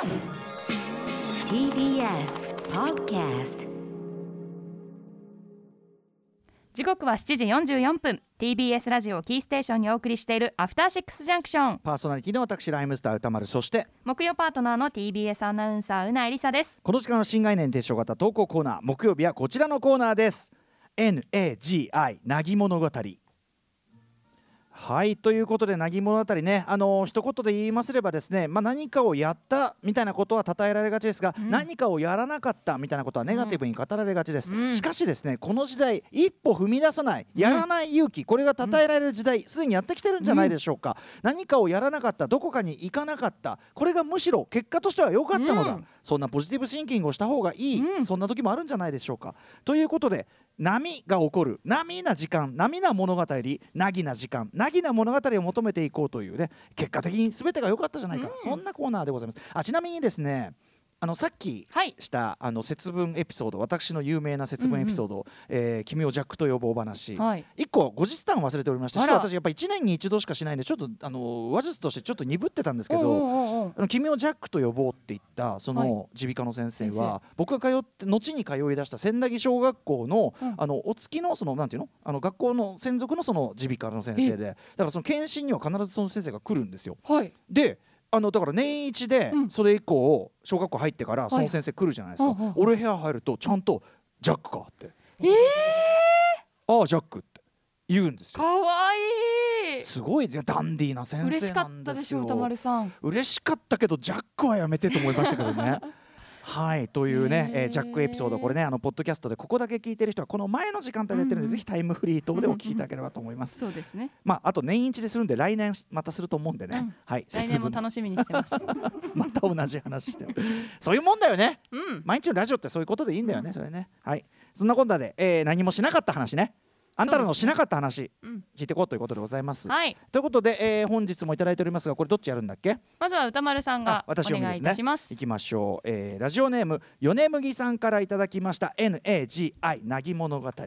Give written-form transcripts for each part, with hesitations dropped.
TBS Podcast。 時刻は7時44分 TBS ラジオキーステーションにお送りしているアフターシックスジャンクション、 パーソナリティの私ライムスター歌丸、そして木曜パートナーの TBS アナウンサーうなえりさです。 この時間の新概念提唱型投稿コーナー、木曜日はこちらのコーナーです。 NAGI なぎ物語。はい、ということでなぎ物語ね、一言で言いますればですね、何かをやったみたいなことは称えられがちですが、何かをやらなかったみたいなことはネガティブに語られがちです、しかしですね、この時代一歩踏み出さない、やらない勇気、これが称えられる時代、すでにやってきてるんじゃないでしょうか、何かをやらなかった、どこかに行かなかった、これがむしろ結果としては良かったのだ、そんなポジティブシンキングをした方がいい、そんな時もあるんじゃないでしょうか。ということで、波が起こる、波な時間、波な物語、なぎな時間、なぎな物語を求めていこうというね、結果的に全てが良かったじゃないか、そんなコーナーでございます。ちなみにですね、さっきした、節分エピソード、私の有名な節分エピソード、君をジャックと呼ぼう話、1個後日談忘れておりまして、私やっぱ1年に1度しかしないんで、ちょっと話術としてちょっと鈍ってたんですけど、君をジャックと呼ぼうって言ったその耳鼻科の先生は、僕が後に通い出した千駄木小学校の、お付きのなんていうの、学校の専属のその耳鼻科の先生で、だからその検診には必ずその先生が来るんですよ。でだから年一でそれ以降、小学校入ってからその先生来るじゃないですか、俺部屋入るとちゃんとジャックかって、ああジャックって言うんですよ。 かわいい、 すごいダンディーな先生なんですよ。 嬉しかったでしょう、歌丸さん。 嬉しかったけどジャックはやめてと思いましたけどねはい、というね、ジャックエピソード、これね、ポッドキャストでここだけ聞いてる人はこの前の時間帯でやってるので、ぜひタイムフリー等でお聞きいただければと思います。 そうですね。 あと年一でするんで来年またすると思うんでね、はい、 来年も楽しみにしてますまた同じ話してるそういうもんだよね、毎日のラジオってそういうことでいいんだよね、それね。はい、そんなことで、何もしなかった話ね、あんたらのしなかった話、聞いていこうということでございます。ということで、本日もいただいておりますが、これどっちやるんだっけ。 まずは歌丸さんがお願いいたします。 いきましょう、ラジオネーム米麦さんからいただきました。 NAGI なぎ物語。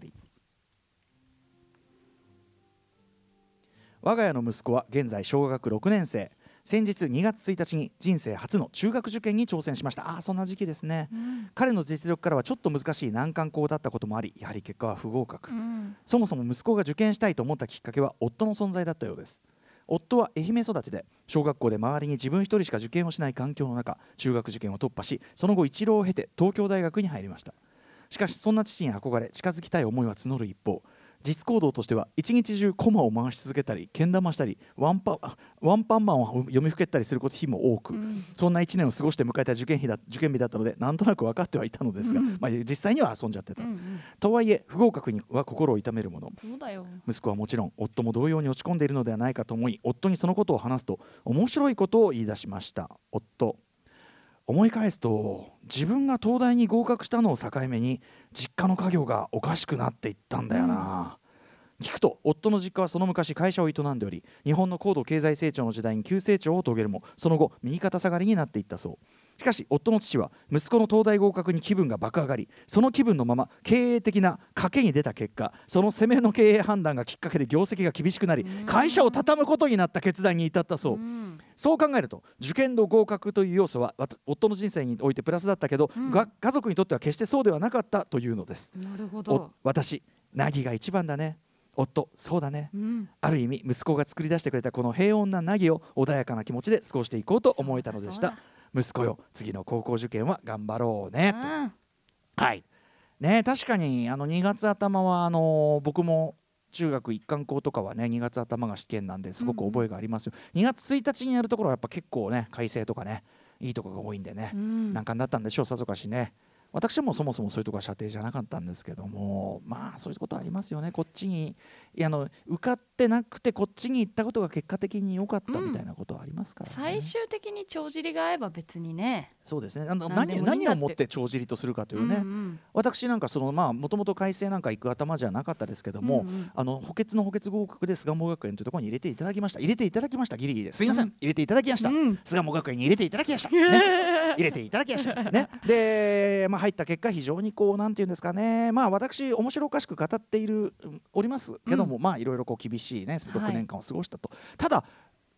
我が家の息子は現在小学6年生。先日2月1日に人生初の中学受験に挑戦しました。そんな時期ですね、彼の実力からはちょっと難しい難関校だったこともあり、やはり結果は不合格、そもそも息子が受験したいと思ったきっかけは夫の存在だったようです。夫は愛媛育ちで、小学校で周りに自分一人しか受験をしない環境の中、中学受験を突破し、その後一浪を経て東京大学に入りました。しかしそんな父に憧れ、近づきたい思いは募る一方、実行動としては一日中コマを回し続けたり、けん玉したり、ワンパンマンを読みふけったりする日も多く、そんな1年を過ごして迎えた受験日だったので、なんとなく分かってはいたのですが、実際には遊んじゃってた、とはいえ不合格には心を痛めるもの。 そうだよ。 息子はもちろん夫も同様に落ち込んでいるのではないかと思い、夫にそのことを話すと面白いことを言い出しました。夫、思い返すと自分が東大に合格したのを境目に実家の家業がおかしくなっていったんだよな、聞くと夫の実家はその昔会社を営んでおり、日本の高度経済成長の時代に急成長を遂げるも、その後右肩下がりになっていったそう。しかし夫の父は息子の東大合格に気分が爆上がり、その気分のまま経営的な賭けに出た結果、その攻めの経営判断がきっかけで業績が厳しくなり、会社を畳むことになった決断に至ったそう。そう考えると受験の合格という要素は夫の人生においてプラスだったけど、家族にとっては決してそうではなかったというのです。 なるほど。 私、なぎが一番だね。夫、そうだね、ある意味息子が作り出してくれたこの平穏ななぎを穏やかな気持ちで過ごしていこうと思えたのでした。息子よ、次の高校受験は頑張ろうね、と。はいね、確かに2月頭は僕も中学一貫校とかはね、2月頭が試験なんですごく覚えがありますよ。2月1日にやるところはやっぱ結構ね、改正とかね、いいところが多いんでね、難関だったんでしょう、さぞかしね。私もそもそもそういうところは射程じゃなかったんですけども、そういうことありますよね。こっちに受かってなくてこっちに行ったことが結果的に良かったみたいなことはありますからね。 最終的に帳尻が合えば別にね。 そうですね、何をもって帳尻とするかというね、私なんかもともと改正なんか行く頭じゃなかったですけども、補欠の補欠合格で巣鴨学園というところに入れていただきました。ギリギリですいません、入れていただきました、巣鴨学園に入れていただきました、入れていただきましたね。で、入った結果非常になんていうんですかね、私面白おかしく語っておりますけども、いろいろ厳しいね6年間を過ごしたと。ただ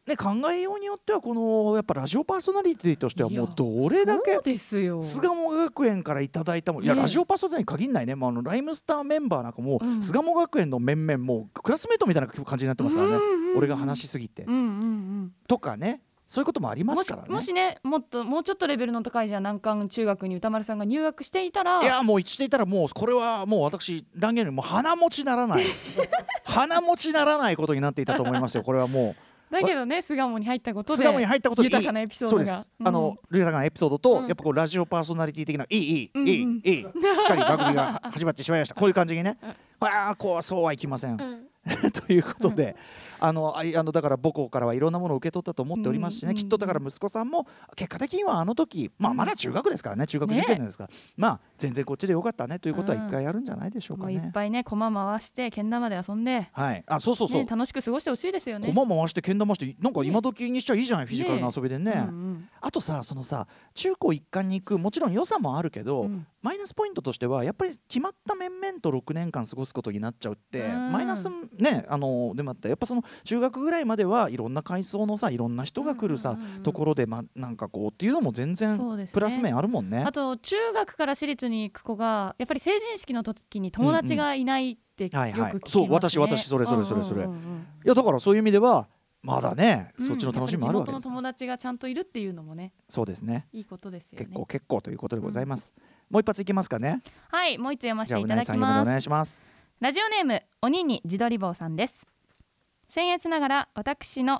ね、考えようによってはこのやっぱラジオパーソナリティとしてはもうどれだけそうですよ巣鴨学園からいただいたもの、いやラジオパーソナリティに限んないね、ライムスターメンバーなんかも巣鴨学園の面々もうクラスメートみたいな感じになってますからね、俺が話しすぎて、とかね、そういうこともありますからね。 もしね、もうちょっとレベルの高いじゃあ難関中学に歌丸さんが入学していたら、 いやもうしていたらもうこれはもう私断言にもう鼻持ちならない鼻持ちならないことになっていたと思いますよ。これはもうだけどね、巣鴨に入ったことで豊かなエピソードが、 豊かなエピソードと、やっぱこうラジオパーソナリティ的ないいしっかり番組が始まってしまいました。こういう感じにね、そうはいきません、ということでだから母校からはいろんなものを受け取ったと思っておりますしね、きっとだから息子さんも結果的にはあの時、まだ中学ですからね、中学受験ですから、全然こっちでよかったねということは一回やるんじゃないでしょうかね。 いっぱいね駒回してけん玉で遊んで、 そう、 楽しく過ごしてほしいですよね。 駒回してけん玉してなんか今時にしちゃいいじゃない、フィジカルな遊びでね。あとさ、中高一貫に行くもちろん良さもあるけど、マイナスポイントとしてはやっぱり決まった面々と6年間過ごすことになっちゃうってマイナスね、でもあってやっぱその中学ぐらいまではいろんな階層のさいろんな人が来るさところでなんかこうっていうのも全然プラス面あるもんね。 あと中学から私立に行く子がやっぱり成人式の時に友達がいないってよく聞きますね。 そう私それいやだからそういう意味ではまだね、そっちの楽しみもあるわけです。 地元の友達がちゃんといるっていうのもね、 そうですね、 いいことですよね。 結構ということでございます。もう一発いきますかね。 はい、もう一つ読ませていただきます。 お願いします。 ラジオネーム鬼に自撮り棒さんです。僭越ながら私の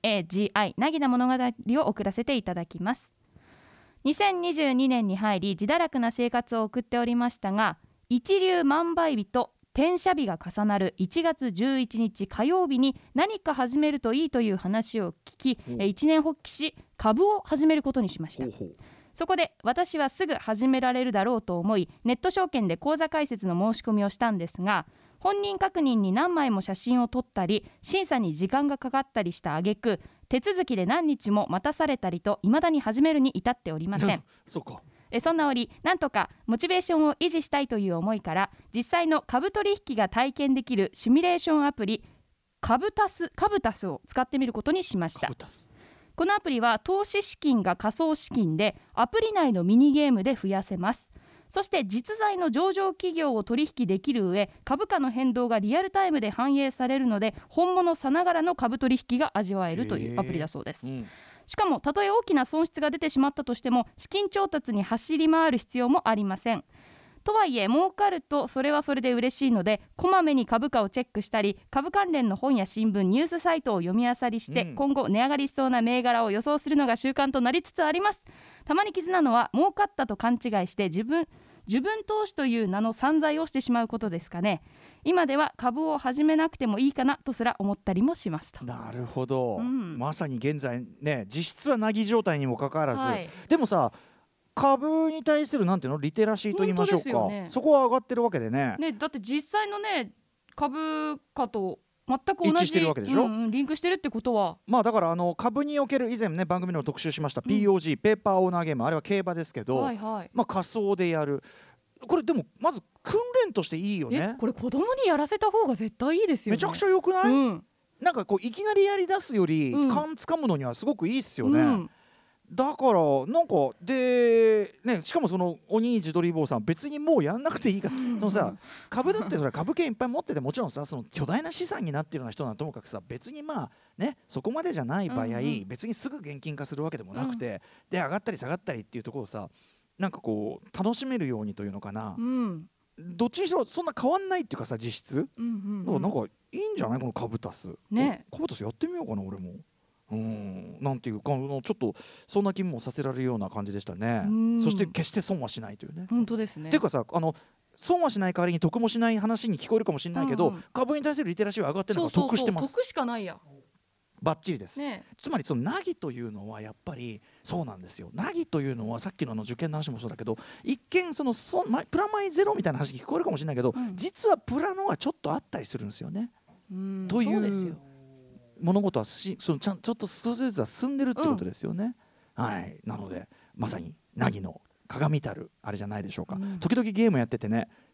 NAGI なぎな物語を送らせていただきます。2022年に入り自堕落な生活を送っておりましたが、一粒万倍日と転写日が重なる1月11日火曜日に何か始めるといいという話を聞き、一年発起し株を始めることにしました。そこで私はすぐ始められるだろうと思い、ネット証券で口座開設の申し込みをしたんですが、本人確認に何枚も写真を撮ったり審査に時間がかかったりした挙句、手続きで何日も待たされたりと未だに始めるに至っておりません。 そうか。 そんな折、なんとかモチベーションを維持したいという思いから実際の株取引が体験できるシミュレーションアプリ株タスを使ってみることにしました。このアプリは投資資金が仮想資金でアプリ内のミニゲームで増やせます。そして実在の上場企業を取引できる上、株価の変動がリアルタイムで反映されるので本物さながらの株取引が味わえるというアプリだそうです。しかもたとえ大きな損失が出てしまったとしても資金調達に走り回る必要もありません。とはいえ儲かるとそれはそれで嬉しいので、こまめに株価をチェックしたり株関連の本や新聞ニュースサイトを読み漁りして、今後値上がりしそうな銘柄を予想するのが習慣となりつつあります。たまに傷なのは儲かったと勘違いして自分投資という名の散財をしてしまうことですかね。今では株を始めなくてもいいかなとすら思ったりもしますと。 なるほど、まさに現在ね、実質は凪状態にもかかわらず、でもさ株に対するなんていうのリテラシーと言いましょうか、そこは上がってるわけで ね、 だって実際のね株価と全く同じ一致してるわけでしょ、 リンクしてるってことは、 だから株における以前ね番組の特集しました POG、ペーパーオーナーゲーム、あれは競馬ですけど、仮想でやる、これでもまず訓練としていいよね。 これ子供にやらせた方が絶対いいですよね。 めちゃくちゃ良くない、なんかこういきなりやり出すより、勘つかむのにはすごくいいっすよね、だからなんかで、ね、しかもその鬼自撮り坊さん別にもうやんなくていいからそのさ株だってそれ株券いっぱい持っててもちろんさその巨大な資産になってるような人なんともかくさ別にねそこまでじゃない場合、別にすぐ現金化するわけでもなくて、で上がったり下がったりっていうところをさなんかこう楽しめるようにというのかな、どっちにしろそんな変わんないっていうかさ実質、なんかいいんじゃないこの株タスね。株タスやってみようかな俺も。なんていうかちょっとそんな気もさせられるような感じでしたね。そして決して損はしないというね。 本当ですね。 っていうかさ損はしない代わりに得もしない話に聞こえるかもしれないけど、株に対するリテラシーは上がってるのが得してます。 得しかないや。 バッチリです、つまりその凪というのはやっぱりそうなんですよ。凪というのはさっきの受験の話もそうだけど一見プラマイゼロみたいな話に聞こえるかもしれないけど、実はプラのがちょっとあったりするんですよね。という物事はちょっと少しずつは進んでるってことですよね、なのでまさに凪の鏡たるあれじゃないでしょうか、時々ゲームやっててね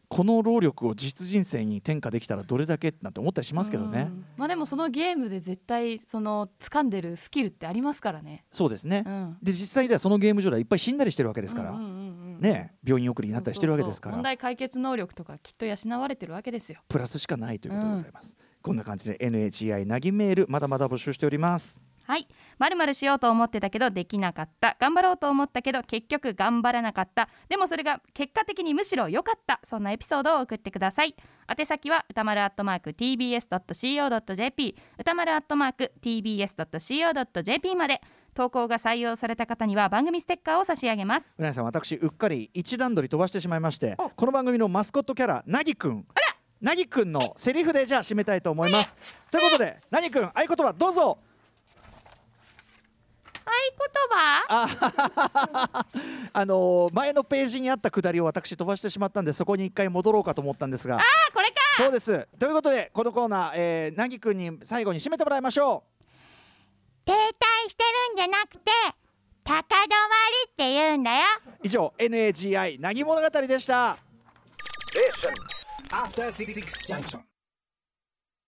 この労力を実人生に転嫁できたらどれだけなんて思ったりしますけどね。 まあでもそのゲームで絶対その掴んでるスキルってありますからね。 そうですね、で実際ではそのゲーム上ではいっぱい死んだりしてるわけですから、ね、病院送りになったりしてるわけですから、 問題解決能力とかきっと養われてるわけですよ。 プラスしかないということでございます、こんな感じで NHI なぎメールまだまだ募集しております。 はい、〇〇しようと思ってたけどできなかった、頑張ろうと思ったけど結局頑張らなかった、でもそれが結果的にむしろ良かった、そんなエピソードを送ってください。宛先は歌丸@tbs.co.jp 歌丸@tbs.co.jp まで。投稿が採用された方には番組ステッカーを差し上げます。 うなぎさん、私うっかり一段取り飛ばしてしまいまして、この番組のマスコットキャラなぎくんのセリフでじゃあ締めたいと思います。ということでなぎくん合言葉どうぞ。 合言葉前のページにあったくだりを私飛ばしてしまったんで、そこに一回戻ろうかと思ったんですが、 これか。 そうです。ということでこのコーナー、なぎくんに最後に締めてもらいましょう。 停滞してるんじゃなくて高止まりって言うんだよ。 以上 NAGI なぎ物語でした。 After 66 junction.